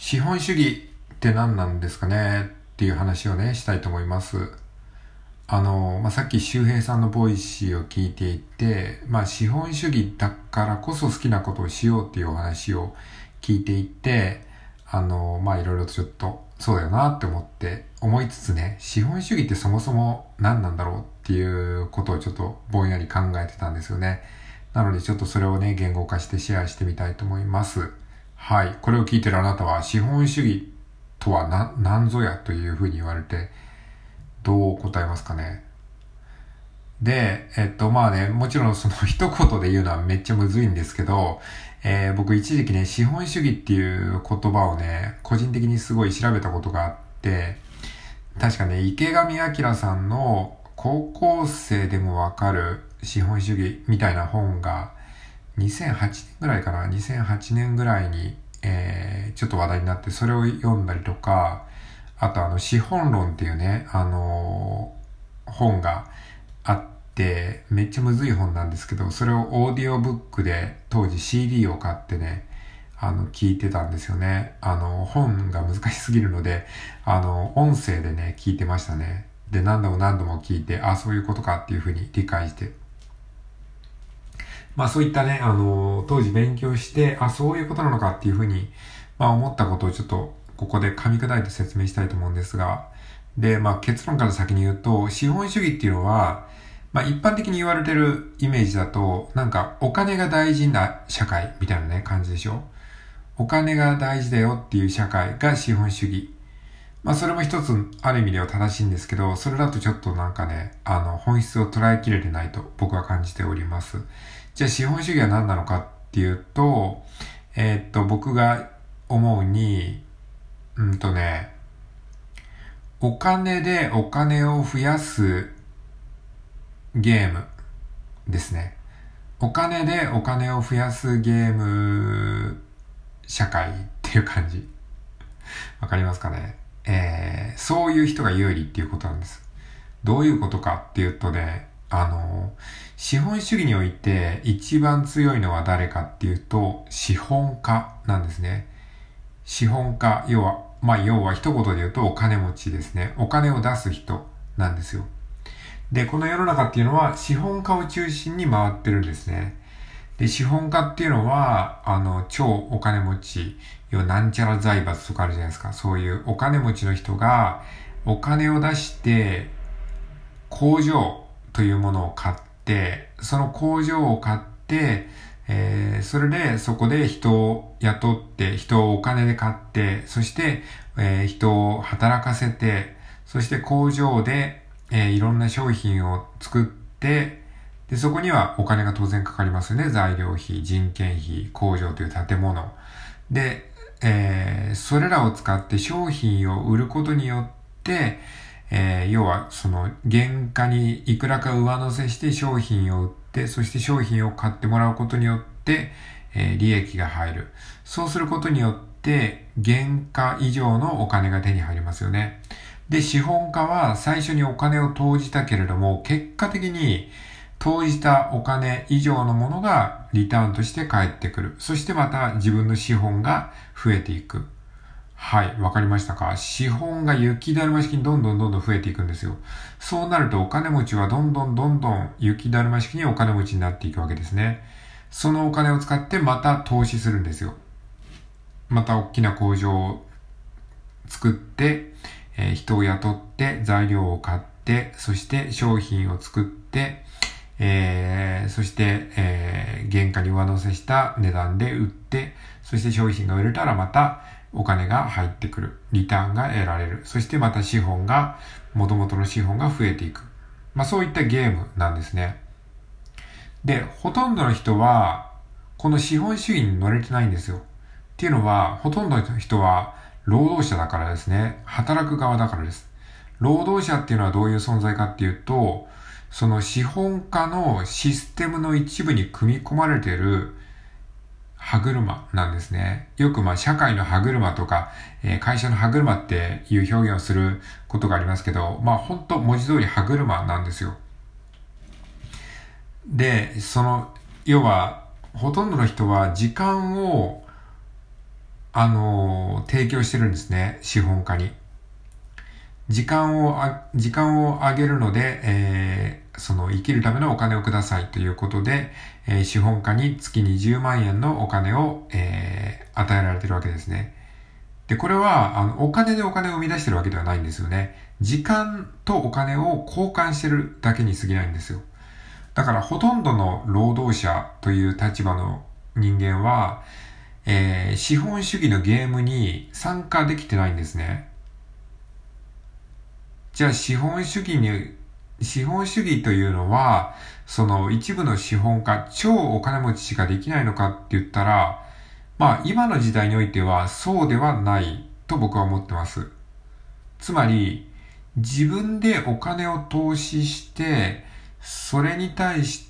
資本主義って何なんですかねっていう話をね、したいと思います。さっき周平さんのボイシーを聞いていて、資本主義だからこそ好きなことをしようっていうお話を聞いていて、いろいろとちょっとそうだよなって思いつつね、資本主義ってそもそも何なんだろうっていうことをちょっとぼんやり考えてたんですよね。なのでちょっとそれをね、言語化してシェアしてみたいと思います。はい。これを聞いてるあなたは資本主義とは何ぞやというふうに言われてどう答えますかね。で、もちろんその一言で言うのはめっちゃむずいんですけど、僕一時期ね、資本主義っていう言葉をね、個人的にすごい調べたことがあって、確かね、池上彰さんの高校生でもわかる資本主義みたいな本が2008年ぐらいかな、2008年ぐらいに、ちょっと話題になって、それを読んだりとか、あと資本論っていうね、本があって、めっちゃむずい本なんですけど、それをオーディオブックで当時 CD を買ってね、聞いてたんですよね。本が難しすぎるので、音声でね、聞いてましたね。で、何度も聞いて、そういうことかっていうふうに理解して。そういったね、当時勉強して、そういうことなのかっていうふうに、思ったことをちょっと、ここで噛み砕いて説明したいと思うんですが、で、結論から先に言うと、資本主義っていうのは、一般的に言われてるイメージだと、なんかお金が大事な社会みたいなね、感じでしょ。お金が大事だよっていう社会が資本主義。それも一つある意味では正しいんですけど、それだとちょっとなんかね、本質を捉えきれてないと僕は感じております。じゃあ資本主義は何なのかっていうと、僕が思うに、お金でお金を増やすゲームですね。お金でお金を増やすゲーム社会っていう感じ。わかりますかね。そういう人が有利っていうことなんです。どういうことかっていうとね、資本主義において一番強いのは誰かっていうと、資本家なんですね。資本家、要は一言で言うとお金持ちですね。お金を出す人なんですよ。で、この世の中っていうのは資本家を中心に回ってるんですね。で、資本家っていうのは、超お金持ち、要はなんちゃら財閥とかあるじゃないですか。そういうお金持ちの人がお金を出して工場というものを買って、その工場を買って、それでそこで人を雇って、人をお金で買って、そして、人を働かせて、そして工場で、いろんな商品を作って、で、そこにはお金が当然かかりますよね。材料費、人件費、工場という建物。で、それらを使って商品を売ることによって、要はその原価にいくらか上乗せして商品を売って、そして商品を買ってもらうことによって、利益が入る。そうすることによって原価以上のお金が手に入りますよね。で、資本家は最初にお金を投じたけれども、結果的に投じたお金以上のものがリターンとして返ってくる。そしてまた自分の資本が増えていく。はい、わかりましたか？資本が雪だるま式にどんどん増えていくんですよ。そうなるとお金持ちはどんどん雪だるま式にお金持ちになっていくわけですね。そのお金を使ってまた投資するんですよ。また大きな工場を作って、人を雇って材料を買って、そして商品を作って、そして、原価に上乗せした値段で売って、そして商品が売れたらまたお金が入ってくる。リターンが得られる。そしてまた元々の資本が増えていく。そういったゲームなんですね。で、ほとんどの人は、この資本主義に乗れてないんですよ。っていうのは、ほとんどの人は、労働者だからですね。働く側だからです。労働者っていうのはどういう存在かっていうと、その資本家のシステムの一部に組み込まれている歯車なんですね。よく社会の歯車とか、会社の歯車っていう表現をすることがありますけど、本当文字通り歯車なんですよ。で、要は、ほとんどの人は時間を、 提供してるんですね、資本家に。時間をあげるので、その生きるためのお金をくださいということで、資本家に月20万円のお金を、与えられているわけですね。で、これは、お金でお金を生み出してるわけではないんですよね。時間とお金を交換してるだけに過ぎないんですよ。だから、ほとんどの労働者という立場の人間は、資本主義のゲームに参加できてないんですね。じゃあ資本主義というのは、その一部の資本家、超お金持ちしかできないのかって言ったら、今の時代においてはそうではないと僕は思ってます。つまり、自分でお金を投資して、それに対して、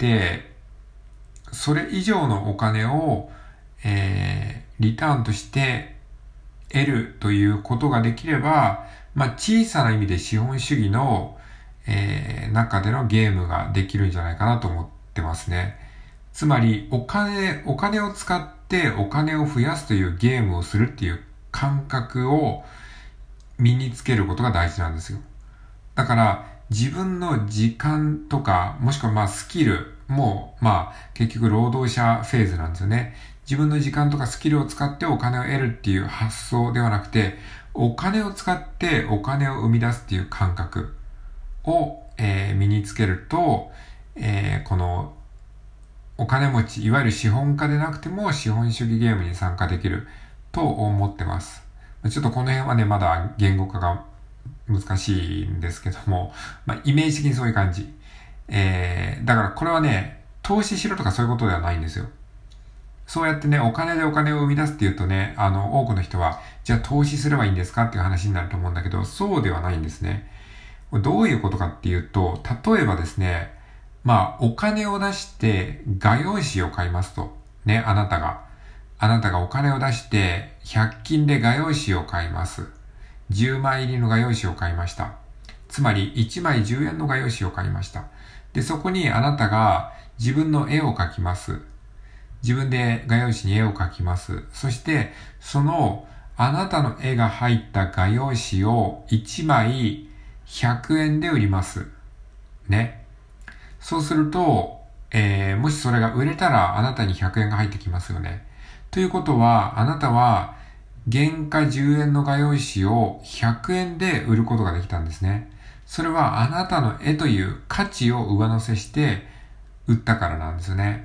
それ以上のお金を、リターンとして得るということができれば、小さな意味で資本主義の、中でのゲームができるんじゃないかなと思ってますね。つまり、お金を使ってお金を増やすというゲームをするっていう感覚を身につけることが大事なんですよ。だから、自分の時間とか、もしくはスキルも、結局労働者フェーズなんですよね。自分の時間とかスキルを使ってお金を得るっていう発想ではなくて、お金を使ってお金を生み出すっていう感覚を、身につけると、このお金持ち、いわゆる資本家でなくても資本主義ゲームに参加できると思ってます。ちょっとこの辺はね、まだ言語化が難しいんですけども、イメージ的にそういう感じ。だからこれはね、投資しろとかそういうことではないんですよ。そうやってね、お金でお金を生み出すっていうとね、多くの人は、じゃあ投資すればいいんですかっていう話になると思うんだけど、そうではないんですね。どういうことかっていうと、例えばですね、お金を出して画用紙を買いますと。ね、あなたがお金を出して100均で画用紙を買います。10枚入りの画用紙を買いました。つまり1枚10円の画用紙を買いました。で、そこにあなたが自分の絵を描きます。自分で画用紙に絵を描きます。そして、そのあなたの絵が入った画用紙を1枚100円で売ります。ね。そうすると、もしそれが売れたらあなたに100円が入ってきますよね。ということは、あなたは原価10円の画用紙を100円で売ることができたんですね。それはあなたの絵という価値を上乗せして売ったからなんですね。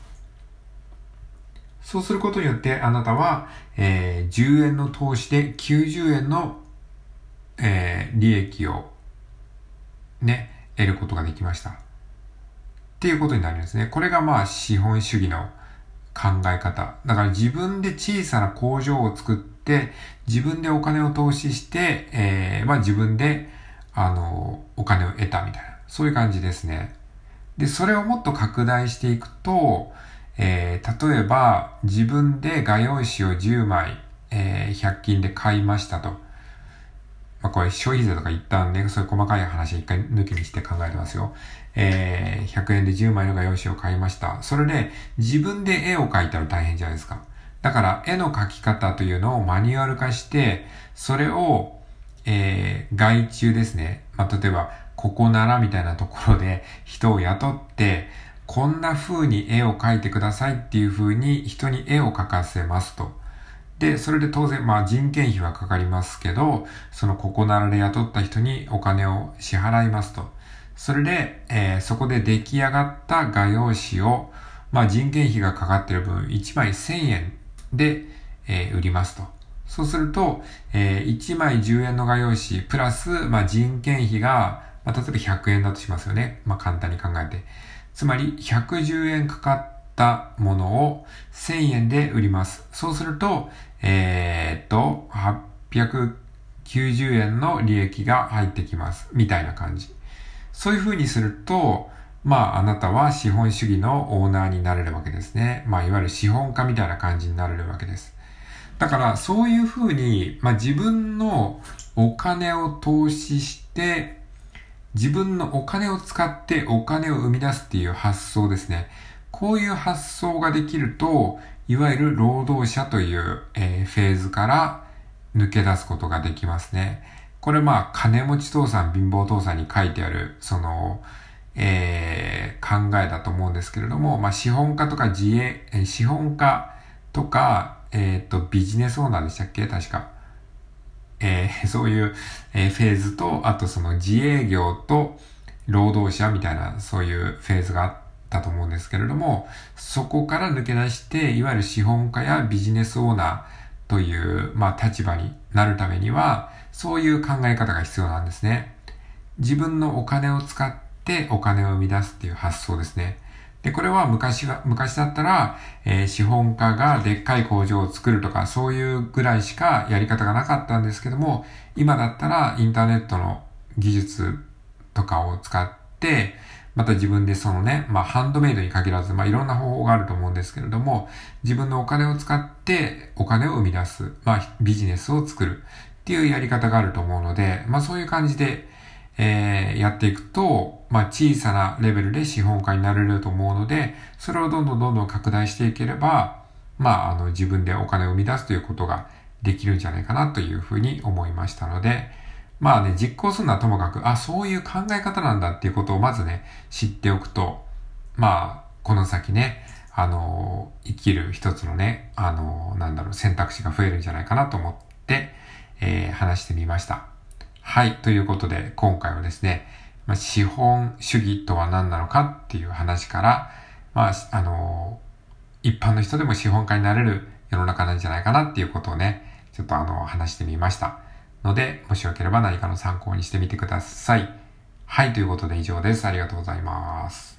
そうすることによってあなたは、10円の投資で90円の、利益をね、得ることができました。っていうことになるんですね。これが資本主義の考え方。だから自分で小さな工場を作って、自分でお金を投資して、自分で、お金を得たみたいな。そういう感じですね。で、それをもっと拡大していくと、例えば、自分で画用紙を10枚、100均で買いましたと。これ消費税とか一旦ね、そういう細かい話一回抜きにして考えてますよ。100円で10枚の画用紙を買いました。それで自分で絵を描いたら大変じゃないですか。だから絵の描き方というのをマニュアル化して、それを、外注ですね。例えば、ここならみたいなところで人を雇って、こんな風に絵を描いてくださいっていう風に人に絵を描かせますと。で、それで当然、人件費はかかりますけど、そのここならで雇った人にお金を支払いますと。それで、そこで出来上がった画用紙を、人件費がかかっている分、1枚1000円で、売りますと。そうすると、1枚10円の画用紙、プラス、人件費が、例えば100円だとしますよね。簡単に考えて。つまり、110円かかったものを1000円で売ります。そうすると、890円の利益が入ってきます。みたいな感じ。そういう風にすると、あなたは資本主義のオーナーになれるわけですね。いわゆる資本家みたいな感じになれるわけです。だから、そういう風に、自分のお金を投資して、自分のお金を使ってお金を生み出すっていう発想ですね。こういう発想ができると、いわゆる労働者という、フェーズから、 抜け出すことができますね。これ金持ち父さん、貧乏父さんに書いてある、考えだと思うんですけれども、資本家とか資本家とか、ビジネスオーナーでしたっけ確か。そういう、フェーズと、あとその自営業と労働者みたいな、そういうフェーズがあったと思うんですけれども、そこから抜け出して、いわゆる資本家やビジネスオーナーという、立場になるためには、そういう考え方が必要なんですね。自分のお金を使ってお金を生み出すっていう発想ですね。で、これは昔だったら、資本家がでっかい工場を作るとか、そういうぐらいしかやり方がなかったんですけども、今だったらインターネットの技術とかを使って、また自分でハンドメイドに限らず、いろんな方法があると思うんですけれども、自分のお金を使ってお金を生み出す、ビジネスを作るっていうやり方があると思うので、そういう感じで、やっていくと、小さなレベルで資本家になれると思うので、それをどんどん拡大していければ、自分でお金を生み出すということができるんじゃないかなというふうに思いましたので、実行するのはともかく、そういう考え方なんだっていうことをまずね、知っておくと、この先ね、生きる一つのね、選択肢が増えるんじゃないかなと思って、話してみました。はい。ということで、今回はですね、資本主義とは何なのかっていう話から、一般の人でも資本家になれる世の中なんじゃないかなっていうことをね、ちょっと話してみました。ので、もしよければ何かの参考にしてみてください。はい。ということで以上です。ありがとうございます。